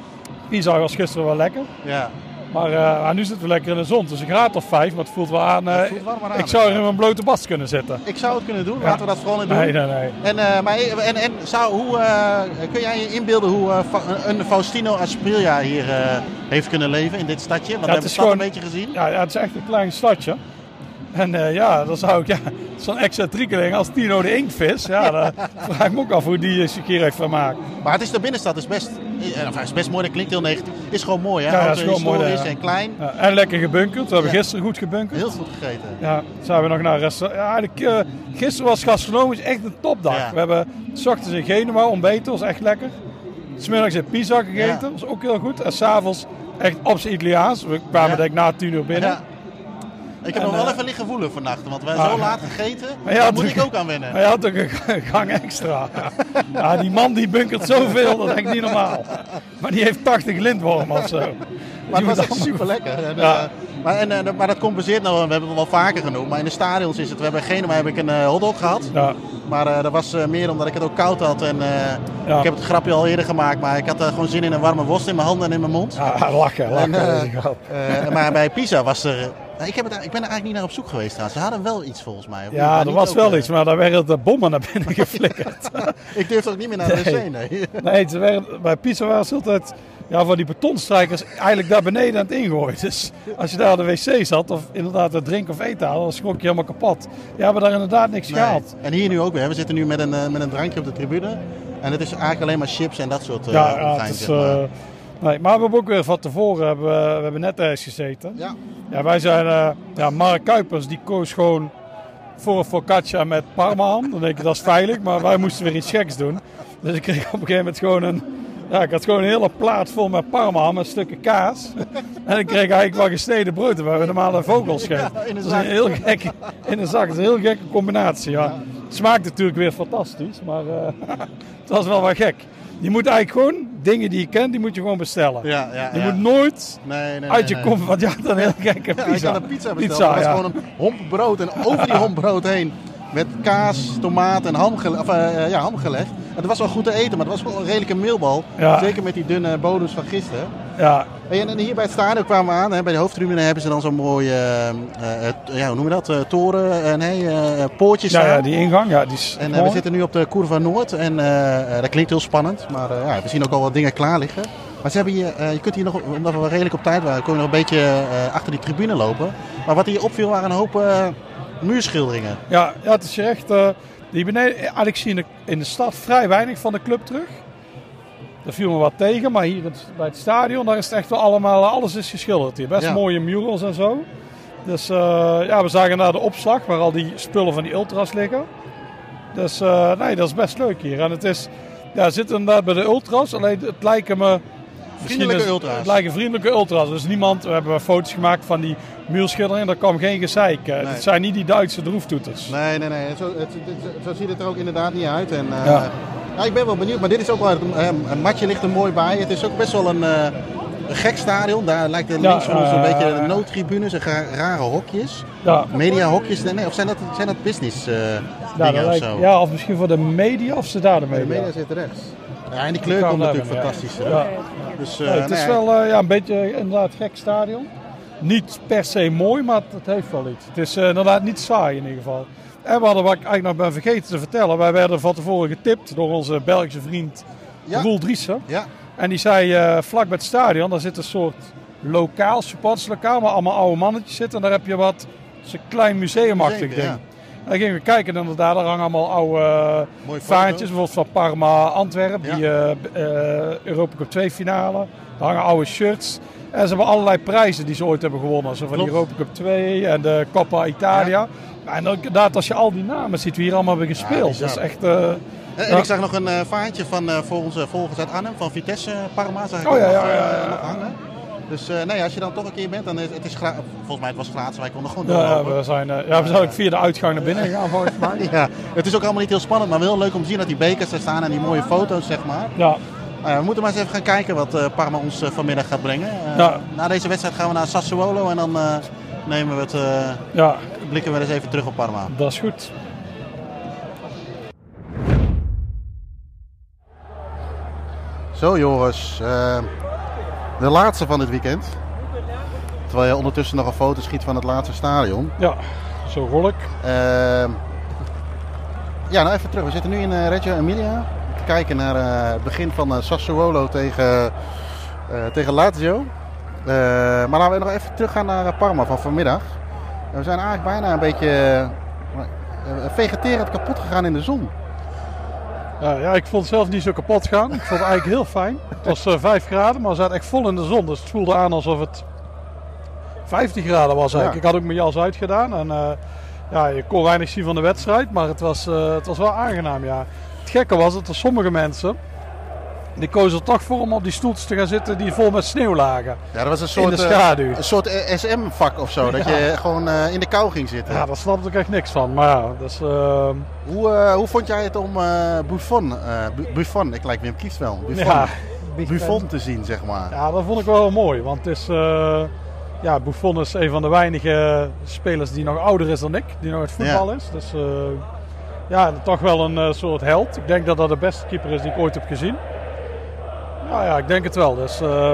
Pisa was gisteren wel lekker. Ja. Maar uh, nu zitten we lekker in de zon. Het is een graad of vijf, maar het voelt wel aan. Uh, voelt wel aan ik zou er in mijn blote bast kunnen zitten. Ik zou het kunnen doen. Ja. Laten we dat vooral niet doen. Nee, nee, nee. En, uh, maar, en, en zou, hoe, uh, kun jij je inbeelden hoe uh, een Faustino Asprilla hier uh, heeft kunnen leven in dit stadje? Want ja, we hebben de stad gewoon, een beetje gezien. Ja, ja, het is echt een klein stadje. En uh, ja, dan zou ik, ja, zo'n excentriekeling als Tino de Inktvis, ja, dan vraag ik me ook af hoe die eens een keer heeft vermaakt. Maar het is de binnenstad, is best, enfin, is best mooi, dat klinkt heel negatief. Het is gewoon mooi, hè? Ja, Oud, is gewoon mooi, historisch ja. en klein. Ja, en lekker gebunkerd. We hebben ja. gisteren goed gebunkerd. Heel goed gegeten. Ja, zijn we nog naar restaurant. Ja, eigenlijk, uh, gisteren was gastronomisch echt een topdag. Ja. We hebben 's ochtends in Genua ontbeten, was echt lekker. 's middags in Pisa gegeten, ja. was ook heel goed. En 's avonds echt op z'n Italiaans. We kwamen ja. denk ik na tien uur binnen. Ja. Ik heb en, nog wel uh, even liggen voelen vannacht, want wij hebben uh, zo laat gegeten, daar moet ook, ik ook aan wennen. Maar je had ook een gang extra. Ja, die man die bunkert zoveel, dat is echt niet normaal. Maar die heeft tachtig lintwormen of zo. Maar het was echt super lekker. En, ja. uh, maar, en, uh, maar dat compenseert nou, we hebben het wel vaker genoemd, maar in de stadions is het, we hebben in Genua heb ik een uh, hotdog gehad. Ja. Maar uh, dat was uh, meer omdat ik het ook koud had en uh, ja. ik heb het grapje al eerder gemaakt, maar ik had uh, gewoon zin in een warme worst in mijn handen en in mijn mond. Ja, lachen, lachen. En, uh, uh, maar bij Pisa was er... Ik, heb het, ik ben er eigenlijk niet naar op zoek geweest trouwens. Ze hadden wel iets volgens mij. Ja, er was wel uh... iets, maar daar werden de bommen naar binnen geflikkerd. Ik durfde ook niet meer naar de nee. wc, nee. Nee, ze werden, bij Pisa waren ze altijd ja, van die betonstrijkers eigenlijk daar beneden aan het ingooien. Dus als je daar aan de wc zat of inderdaad het drinken of eten haalde, dan schrok je helemaal kapot. Ja, we hebben daar inderdaad niks nee. gehaald. En hier nu ook weer. We zitten nu met een, uh, met een drankje op de tribune. En het is eigenlijk alleen maar chips en dat soort uh, ja, ja, gein, is, zeg maar. Uh, Nee, maar we hebben ook weer van tevoren, hebben, we hebben net ergens gezeten. Ja. Ja, wij zijn, uh, ja, Mark Kuipers die koos gewoon voor een focaccia met parmaham. Dan denk ik dat is veilig, maar wij moesten weer iets geks doen. Dus ik kreeg op een gegeven moment gewoon een, ja, ik had gewoon een hele plaat vol met parmaham en stukken kaas. En ik kreeg eigenlijk wel gesneden brood, waar we normaal een vogels geven. Ja, in een zak. Dat is een heel gek, in een zak, dat is een heel gekke combinatie. Ja. Ja. Het smaakt natuurlijk weer fantastisch, maar uh, het was wel wat gek. Je moet eigenlijk gewoon dingen die je kent, die moet je gewoon bestellen. Ja, ja, je ja. moet nooit nee, nee, uit je nee, nee. komen, want je had een heel gekke pizza. Ja, ik had een pizza besteld, pizza, dat was ja. gewoon een homp brood en over die homp brood heen met kaas, tomaat en ham, gele- of, uh, ja, ham gelegd. En het was wel goed te eten, maar het was wel een redelijke meelbal. Ja. Zeker met die dunne bodems van gisteren. Ja. En hier bij het stadion kwamen we aan, hè, bij de hoofdtribune hebben ze dan zo'n mooie, uh, uh, ja, hoe noem je dat, uh, toren, uh, nee, uh, poortjes ja, staan. Ja, die ingang, ja, die is En uh, we zitten nu op de Curva Noord en uh, uh, dat klinkt heel spannend, maar uh, ja, we zien ook al wat dingen klaar liggen. Maar ze hebben hier, uh, je kunt hier nog, omdat we redelijk op tijd waren, kon je nog een beetje uh, achter die tribune lopen. Maar wat hier opviel waren een hoop uh, muurschilderingen. Ja, ja, het is echt, uh, die beneden, eigenlijk zie je in de, in de stad vrij weinig van de club terug. Daar viel me wat tegen, maar hier het, bij het stadion, daar is het echt wel allemaal, alles is geschilderd hier. Best ja. mooie murals en zo. Dus uh, ja, we zagen naar de opslag, waar al die spullen van die ultras liggen. Dus uh, nee, dat is best leuk hier. En het is, ja, zit inderdaad bij de ultras, alleen het lijken me... Vriendelijke is, ultras. Het lijken vriendelijke ultras. Dus niemand, we hebben foto's gemaakt van die muurschilderingen, daar kwam geen gezeik. Nee. Het zijn niet die Duitse droeftoeters. Nee, nee, nee. Zo, het, het, zo ziet het er ook inderdaad niet uit. En, uh, ja. Ja, ik ben wel benieuwd, maar dit is ook wel, een matje ligt er mooi bij. Het is ook best wel een, uh, een gek stadion. Daar lijkt het links van ons een uh, beetje de noodtribunes en rare hokjes. Ja. Mediahokjes. Nee, of zijn dat, zijn dat business uh, ja, dingen lijkt, of zo? Ja, of misschien voor de media of ze daar de media. De media zit rechts. Ja, en die kleur komt natuurlijk hebben, fantastisch. Ja. Ja. Dus, uh, nee, het is wel uh, ja, een beetje inderdaad gek stadion. Niet per se mooi, maar het heeft wel iets. Het is uh, inderdaad niet saai in ieder geval. En we hadden, wat ik eigenlijk nog ben vergeten te vertellen, wij werden van tevoren getipt door onze Belgische vriend ja. Roel Driessen. Ja. En die zei uh, vlak bij het stadion, daar zit een soort lokaal, supporterslokaal, waar allemaal oude mannetjes zitten. En daar heb je wat, zo'n klein museumachtig ding. Ja. Dan gingen we kijken en inderdaad, daar hangen allemaal oude uh, vaartjes. Bijvoorbeeld van Parma Antwerpen, ja. die uh, uh, Europa Cup twee finale. Daar hangen oude shirts. En ze hebben allerlei prijzen die ze ooit hebben gewonnen. Zo van de Europa Cup twee en de Coppa Italia. Ja. En inderdaad, als je al die namen ziet, wie hier allemaal hebben gespeeld. Ja, dat is echt... Uh, en ja. ik zag nog een uh, vaartje van uh, voor onze volgers uit Arnhem, van Vitesse Parma, zag ik oh, ook ja, nog, ja, ja, ja. Uh, nog hangen. Dus uh, nee, als je dan toch een keer bent, dan is het is gra- volgens mij het was gratis, wij konden gewoon doorlopen. Ja, we zijn, uh, ja, we zijn ook via de uitgang naar binnen gegaan volgens mij. Ja, het is ook allemaal niet heel spannend, maar wel leuk om te zien dat die bekers er staan en die mooie foto's, zeg maar. Ja. Uh, we moeten maar eens even gaan kijken wat uh, Parma ons uh, vanmiddag gaat brengen. Uh, ja. Na deze wedstrijd gaan we naar Sassuolo en dan uh, nemen we het, uh, ja. blikken we eens even terug op Parma. Dat is goed. Zo Joris, uh, de laatste van dit weekend. Terwijl je ondertussen nog een foto schiet van het laatste stadion. Ja, zo rol ik. Uh, ja, nou even terug. We zitten nu in uh, Reggio Emilia. Te kijken naar uh, het begin van uh, Sassuolo tegen, uh, tegen Lazio. Uh, maar laten we nog even teruggaan naar uh, Parma van vanmiddag. Uh, we zijn eigenlijk bijna een beetje uh, vegeterend kapot gegaan in de zon. Ja, ja, ik vond het zelf niet zo kapot gaan. Ik vond het eigenlijk heel fijn. Het was uh, vijf graden, maar we zaten echt vol in de zon. Dus het voelde aan alsof het vijftien graden was eigenlijk. Ja. Ik had ook mijn jas uitgedaan. En uh, ja, je kon weinig zien van de wedstrijd, maar het was, uh, het was wel aangenaam. Ja. Het gekke was dat er sommige mensen, die kozen er toch voor om op die stoeltjes te gaan zitten die vol met sneeuw lagen. Ja, dat was een soort, in de schaduw. Uh, een soort S M-vak of zo, ja. Dat je gewoon uh, in de kou ging zitten. Ja, daar snapte ik echt niks van. Maar ja, dus, uh... hoe, uh, hoe vond jij het om uh, Buffon, uh, Buffon, ik lijk weer op Kiefsvel, Buffon, ja, Buffon te zien, zeg maar? Ja, dat vond ik wel mooi, want het is... Uh... Ja, Buffon is een van de weinige spelers die nog ouder is dan ik, die nog het voetbal ja. is. Dus uh, ja, toch wel een uh, soort held. Ik denk dat dat de beste keeper is die ik ooit heb gezien. Nou ja, ik denk het wel. Dus, uh,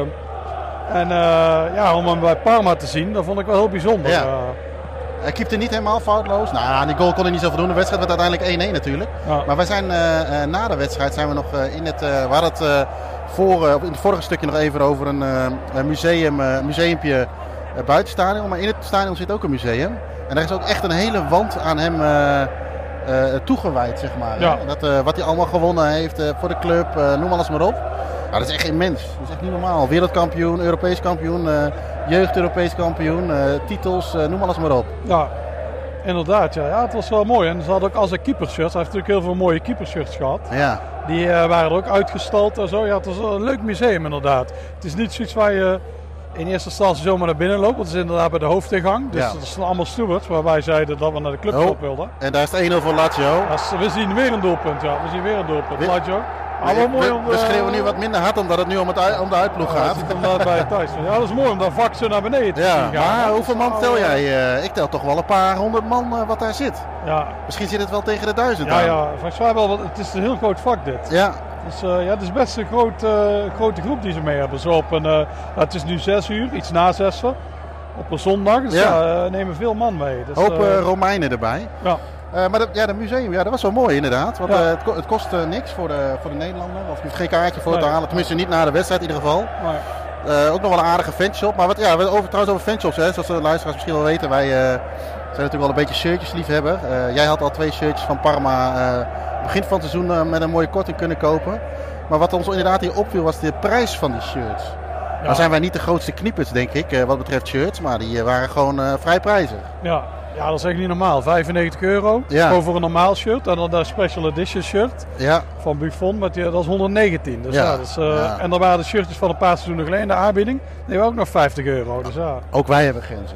en uh, ja, om hem bij Parma te zien, dat vond ik wel heel bijzonder. Ja. Uh, Hij keepte niet helemaal foutloos. Nou, die goal kon hij niet zoveel doen. De wedstrijd werd uiteindelijk één-één natuurlijk. Ja. Maar wij zijn uh, uh, na de wedstrijd zijn we nog uh, in het... Uh, we hadden het uh, voor, uh, in het vorige stukje nog even over een uh, museum, uh, museumpje uh, buiten het stadion. Maar in het stadion zit ook een museum. En daar is ook echt een hele wand aan hem uh, uh, toegewijd, zeg maar. Ja. Dat, uh, wat hij allemaal gewonnen heeft uh, voor de club, uh, noem alles maar op. Nou, dat is echt immens. Dat is echt niet normaal. Wereldkampioen, Europees kampioen, uh, jeugd-Europees kampioen, uh, titels, uh, noem alles maar op. Ja, inderdaad. Ja. Ja, het was wel mooi. En ze hadden ook als een keepershirts. Hij heeft natuurlijk heel veel mooie keepershirts gehad. Ja. Die uh, waren er ook uitgestald en zo. Ja, het was een leuk museum inderdaad. Het is niet zoiets waar je in eerste instantie zomaar naar binnen loopt. Want het is inderdaad bij de hoofdingang. Dus ja. Dat zijn allemaal stewards waar wij zeiden dat we naar de clubshop oh. wilden. En daar is het één-nul voor Lazio. Is, we zien weer een doelpunt. Ja. We zien weer een doelpunt. We, Lazio. Ah, we, mooi om de, we schreeuwen nu wat minder hard omdat het nu om, het, om de uitploeg gaat. Ja, bij het thuis. Ja, dat is mooi om dat vak zo naar beneden te ja, zien gaan. Maar hoeveel man tel jij? Uh, ik tel toch wel een paar honderd man uh, wat daar zit. Ja. Misschien zit het wel tegen de duizend ja, aan. Ja, volgens mij wel. Het is een heel groot vak dit. Ja. Dus uh, ja, het is best een groot, uh, grote groep die ze mee hebben. Zo op een, uh, ja, het is nu zes uur, iets na zessen. Op een zondag. Dus ja, ja uh, nemen veel man mee. Dus, Hoop uh, Romeinen erbij. Ja. Uh, maar dat ja, dat museum, ja, dat was wel mooi inderdaad. Want ja. uh, het, het kost uh, niks voor de, voor de Nederlander. Of je hoeft geen kaartje voor nee. te halen. Tenminste niet na de wedstrijd in ieder geval. Nee. Uh, ook nog wel een aardige fanshop. Maar wat, ja, we over, trouwens over fanshops, hè, zoals de luisteraars misschien wel weten. Wij uh, zijn natuurlijk wel een beetje shirtjes liefhebber. Uh, jij had al twee shirtjes van Parma uh, begin van het seizoen uh, met een mooie korting kunnen kopen. Maar wat ons inderdaad hier opviel was de prijs van die shirts. Ja. Dan zijn wij niet de grootste kniepers denk ik uh, wat betreft shirts. Maar die uh, waren gewoon uh, vrij prijzig. Ja. Ja, dat is echt niet normaal. vijfennegentig euro. Ja. Gewoon voor een normaal shirt. En dan dat special edition shirt ja. van Buffon. Met die, dat is honderdnegentien. Dus ja. Ja, dus, uh, ja. En dan waren de shirtjes van een paar seizoenen geleden in de aanbieding. Die hebben ook nog vijftig euro. Dus, ja. Ook wij hebben grenzen.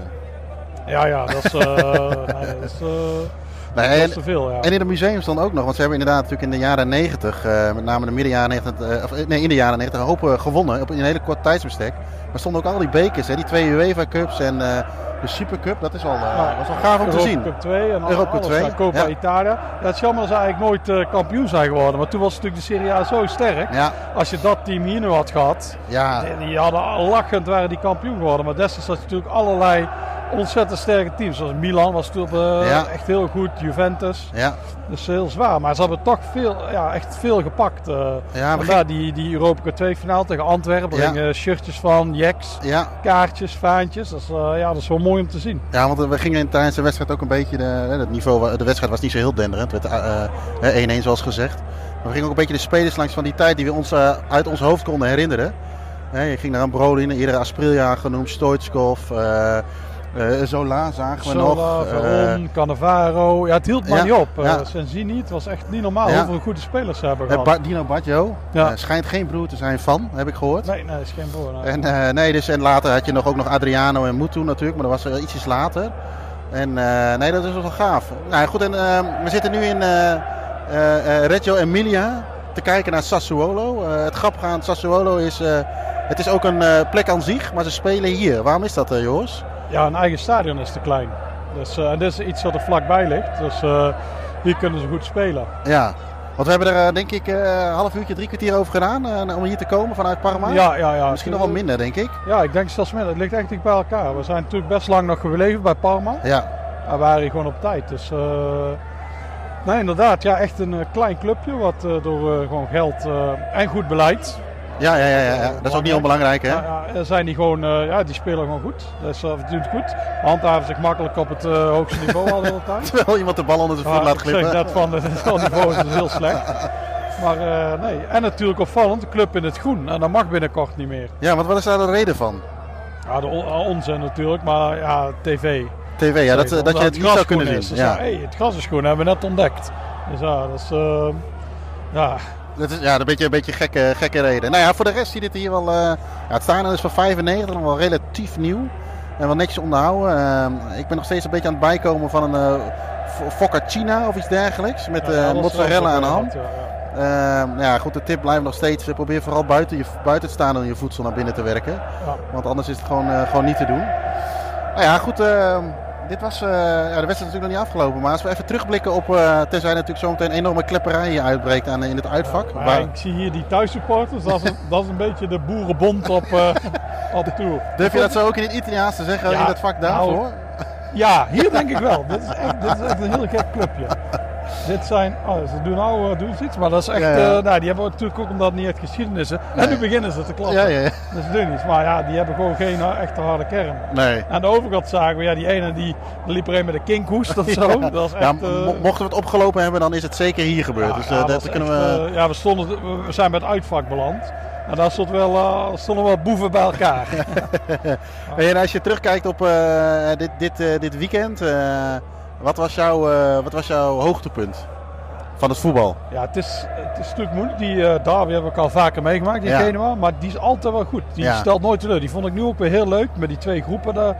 Ja, ja. Dat is, uh, nee, dat is, uh, nee, dat en, is te veel. Ja. En in het museum stond ook nog. Want ze hebben inderdaad natuurlijk in de jaren negentig. Uh, met name de middenjaren negentig. Uh, of, nee, in de jaren negentig. Een hoop uh, gewonnen. Op een hele kort tijdsbestek. Maar stonden ook al die bekers. Hè, die twee UEFA Cups en... Uh, de Supercup, dat is al, uh, ja, was al gaaf om Europa te zien. Cup twee en Europa Cup twee. Coppa ja. Italia. Ja, het is jammer dat ze eigenlijk nooit uh, kampioen zijn geworden. Maar toen was natuurlijk de Serie A zo sterk. Ja. Als je dat team hier nu had gehad. Ja. Die, die hadden lachend waren die kampioen geworden. Maar destijds had je natuurlijk allerlei ontzettend sterke teams. Zoals Milan was toen uh, Ja. echt heel goed. Juventus. Ja. Dus heel zwaar. Maar ze hebben toch veel, ja, echt veel gepakt. Uh, Ja, we vandaar die, die Europa Cup twee finale tegen Antwerpen. Ja. Brengen shirtjes van, jacks, Ja. kaartjes, vaantjes. Dat is, uh, ja, dat is wel mooi om te zien. Ja, want we gingen tijdens de wedstrijd ook een beetje... De, het niveau, de wedstrijd was niet zo heel denderend. Het werd uh, één-één zoals gezegd. Maar we gingen ook een beetje de spelers langs van die tijd die we ons uh, uit ons hoofd konden herinneren. He, je ging naar Ambrolin, eerder Asprilla genoemd, Stoichkov, uh, uh, Zola zagen we Zola, nog. Veron, uh, Cannavaro. Ja, het hield maar ja, niet op. Uh, ja. Sensini, het was echt niet normaal Ja. hoeveel goede spelers ze hebben Uh, gehad. Ba- Dino Baggio, Ja. uh, schijnt geen broer te zijn van, heb ik gehoord. Nee, nee, dat is geen voor. Nee. En, uh, nee, dus, en later had je nog, ook nog Adriano en Mutu natuurlijk, maar dat was uh, ietsjes later. En uh, nee, dat is wel gaaf. Nou goed, en uh, we zitten nu in uh, uh, uh, Reggio Emilia te kijken naar Sassuolo. Uh, het grappige aan Sassuolo is, uh, het is ook een uh, plek aan zich, maar ze spelen hier. Waarom is dat, uh, Joris? Ja, een eigen stadion is te klein. Dus, uh, en dit is iets wat er vlakbij ligt. Dus uh, hier kunnen ze goed spelen. Ja, want we hebben er uh, denk ik uh, een half uurtje, drie kwartier over gedaan uh, om hier te komen vanuit Parma. Ja, ja, ja. Misschien nog wel minder, denk ik. Ja, ik denk zelfs minder. Het ligt echt dicht bij elkaar. We zijn natuurlijk best lang nog gebleven bij Parma. Ja. En we waren hier gewoon op tijd. Dus uh, nee, inderdaad. Ja, echt een uh, klein clubje wat uh, door uh, gewoon geld uh, en goed beleid. Ja, ja, ja, ja, ja. Dat is ook niet onbelangrijk, hè? Ja, ja, zijn die gewoon, uh, ja, die spelen gewoon goed. Dus uh, het doet goed. Handhaven zich makkelijk op het uh, hoogste niveau al de hele tijd. Terwijl iemand de bal onder zijn voet Ja, laat ik glippen. zeg net van, het niveau is dus heel slecht. Maar uh, nee, en natuurlijk opvallend, de club in het groen. En dat mag binnenkort niet meer. Ja, want wat is daar de reden van? Ja, de on- onzin natuurlijk, maar ja, tv. tv, ja, dat, Zeg, dat je omdat het niet zou kunnen groen zien. is. Dus Ja. ja, hey, het gras is groen, hebben we net ontdekt. Dus ja, dat is, uh, ja... Dat is ja, een beetje een beetje gekke, gekke reden. Nou ja, voor de rest ziet het hier wel... Uh, ja, het stadion is van vijfennegentig, nog wel relatief nieuw. En wel netjes onderhouden. Uh, ik ben nog steeds een beetje aan het bijkomen van een uh, focaccia of iets dergelijks. Met uh, ja, mozzarella aan de hand. Ja, ja. Uh, ja, goed, de tip blijft nog steeds. Probeer vooral buiten, je, buiten het stadion je voedsel naar binnen te werken. Ja. Want anders is het gewoon, uh, gewoon niet te doen. Nou ja, goed... Uh, Dit was, uh, ja, de wedstrijd is natuurlijk nog niet afgelopen, maar als we even terugblikken op, uh, tenzij natuurlijk zometeen een enorme klepperij hier uitbreekt aan, in het uitvak. Ja, waar... Ik zie hier die thuissupporters, dat is een, dat is een beetje de boerenbond op, uh, op tour. Durf je dat zo ook in het Italiaans te zeggen, Ja, in het vak daarvoor? nou, Ja, hier denk ik wel. Dit is echt, dit is echt een heel gek clubje. Dit zijn, oh, ze doen nou uh, doen ze iets, maar dat is echt, Ja, ja. Uh, nou, die hebben natuurlijk ook omdat het niet echt geschiedenis is. Nee. En nu beginnen ze te klappen. Ja, ja, ja. Dus ze doen iets. Maar ja, die hebben gewoon geen uh, echte harde kern. Nee. Aan de overkant zagen we, ja, die ene die liep er een met een kinkhoest of zo. Ja. Dat is Ja, echt, uh, mo- mochten we het opgelopen hebben, dan is het zeker hier gebeurd. ja, dus ja, uh, dat dat is kunnen echt, we... uh, ja, we, stonden, we zijn bij het uitvak beland. En daar stond wel, uh, stonden wel boeven bij elkaar. Hey, en als je terugkijkt op uh, dit, dit, uh, dit weekend, uh, wat, was jouw, uh, wat was jouw hoogtepunt van het voetbal? Ja, het is, het is natuurlijk moeilijk. Die uh, derby heb ik al vaker meegemaakt in Ja. Genua. Maar die is altijd wel goed. Die Ja. stelt nooit teleur. Die vond ik nu ook weer heel leuk. Met die twee groepen daar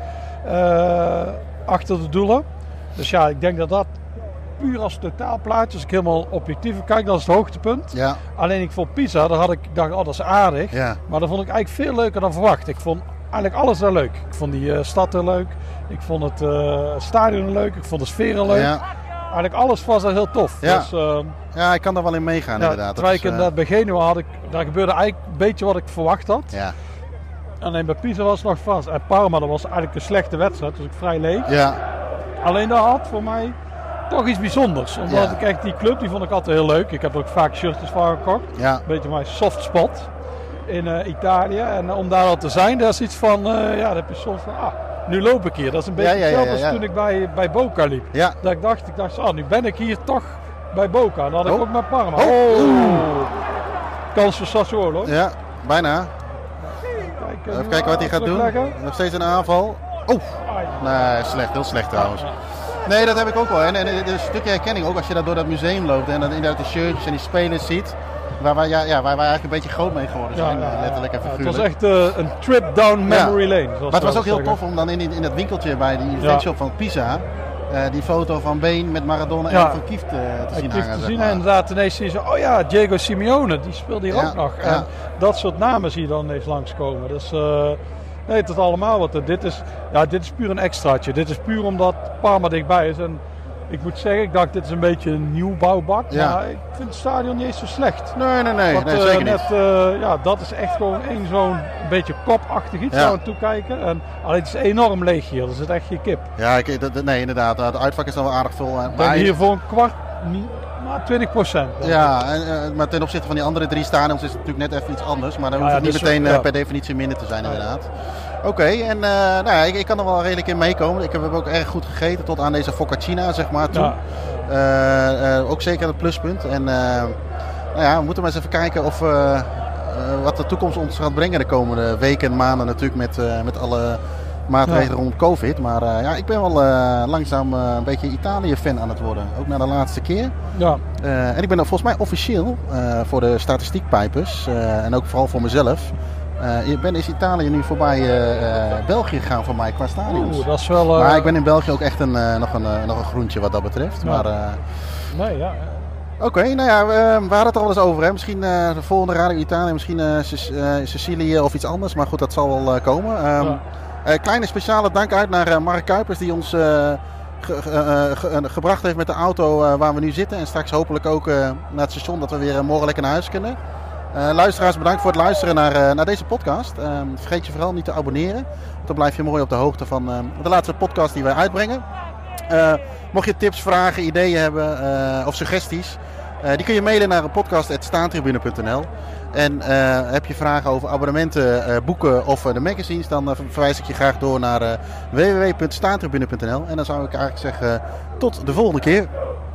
uh, achter de doelen. Dus ja, ik denk dat dat puur als totaalplaatje, als ik helemaal objectief kijk, dat is het hoogtepunt. Ja, Alleen ik vond Pisa, daar had ik ik dacht, oh dat is aardig. ja. Maar dat vond ik eigenlijk veel leuker dan verwacht. Ik vond eigenlijk alles wel leuk. Ik vond die uh, stad heel leuk. Ik vond het uh, stadion leuk. Ik vond de sfeer heel leuk. Ja. Eigenlijk alles was er heel tof. Ja. Dus, uh, ja, ik kan daar wel in meegaan ja, inderdaad. Dat terwijl is, ik uh, inderdaad bij Genua had ik, daar gebeurde eigenlijk een beetje wat ik verwacht had. ja. Alleen bij Pisa was het nog vast. En Parma, dat was eigenlijk een slechte wedstrijd, dus ik vrij leeg. Ja, Alleen dat had voor mij toch iets bijzonders. Omdat Ja. ik echt die club, die vond ik altijd heel leuk. Ik heb er ook vaak shirtjes van gekocht. ja. Een beetje mijn soft spot in uh, Italië. En uh, om daar al te zijn, dat is iets van, uh, ja, dat heb je soms van, ah, nu loop ik hier. Dat is een beetje Ja, ja, ja, hetzelfde ja, ja. als toen ik bij, bij Boca liep. Ja. Dat ik dacht, ik dacht, ah, nu ben ik hier toch bij Boca. Dat had ik Oh. ook met Parma. Oh. Oh. Kans voor Sassuolo. Ja, bijna. Kijk, Even kijken wat hij gaat doen. Nog steeds een aanval. Oh, nee, slecht. Heel slecht trouwens. Nee, dat heb ik ook wel. En, en, en een stukje herkenning ook als je daar door dat museum loopt en dan inderdaad de shirtjes en die spelers ziet. Waar wij, ja, ja, waar wij eigenlijk een beetje groot mee geworden zijn, Ja, ja, letterlijk en ja, het figuurlijk. was echt uh, een trip down memory lane. Maar het was ook heel tof om dan in, in dat winkeltje bij die eventshop van Pisa, uh, die foto van Been met Maradona Ja. en van Kieft uh, te zien Ik hangen. te zeg zien maar. en inderdaad ineens zie je zo, oh ja, Diego Simeone, die speelde hier Ja, ook nog. ja. En dat soort namen zie je dan ineens langskomen. Dus uh, nee, het is allemaal wat. Dit is, ja, dit is puur een extraatje. Dit is puur omdat Parma dichtbij is. En ik moet zeggen, ik dacht dit is een beetje een nieuwbouwbak. Ja. Maar ik vind het stadion niet eens zo slecht. Nee, nee, nee, Want, nee uh, zeker net, niet. Uh, ja, dat is echt gewoon één zo'n beetje kopachtig iets Ja. waar we naartoe kijken. En, alleen het is enorm leeg hier, er zit echt geen kip. Ja, ik, dat, nee, inderdaad. Het uitvak is dan wel aardig vol. Ik Maar ben hier voor een kwart, niet, maar twintig procent. ja, en, uh, maar ten opzichte van die andere drie stadions is het natuurlijk net even iets anders. Maar dan Ja, hoeft het ja, niet dus, meteen uh, ja. per definitie minder te zijn, inderdaad. Oké, okay, en uh, nou ja, ik, ik kan er wel redelijk in meekomen. Ik heb ook erg goed gegeten tot aan deze focaccia, zeg maar, toe. Ja. Uh, uh, ook zeker het pluspunt. En uh, nou ja, we moeten maar eens even kijken of, uh, uh, wat de toekomst ons gaat brengen de komende weken en maanden natuurlijk met, uh, met alle maatregelen ja. rond COVID. Maar uh, ja, ik ben wel uh, langzaam uh, een beetje Italië-fan aan het worden. Ook na de laatste keer. Ja. Uh, en ik ben volgens mij officieel uh, voor de statistiekpijpers uh, en ook vooral voor mezelf. Uh, ik ben is Italië nu voorbij uh, uh, België gegaan voor mij qua stadions. Oeh, dat is wel, uh... Maar ik ben in België ook echt een, uh, nog, een, uh, nog een groentje wat dat betreft. Ja. Maar, uh... nee, ja. Oké, okay, nou ja, we, we hadden het er al eens over. Hè? Misschien uh, de volgende Radio Italië, misschien uh, Sicilië of iets anders. Maar goed, dat zal wel uh, komen. Um, ja. uh, kleine speciale dank uit naar uh, Mark Kuipers die ons uh, ge, uh, ge, uh, gebracht heeft met de auto uh, waar we nu zitten. En straks hopelijk ook uh, naar het station dat we weer uh, morgen lekker naar huis kunnen. Uh, luisteraars, bedankt voor het luisteren naar, uh, naar deze podcast. Uh, vergeet je vooral niet te abonneren. Want dan blijf je mooi op de hoogte van uh, de laatste podcast die wij uitbrengen. Uh, mocht je tips, vragen, ideeën hebben uh, of suggesties, uh, die kun je mailen naar podcast apenstaartje staantribune punt n l. En uh, heb je vragen over abonnementen, uh, boeken of uh, de magazines, dan uh, verwijs ik je graag door naar uh, w w w punt staantribune punt n l. En dan zou ik eigenlijk zeggen, uh, tot de volgende keer.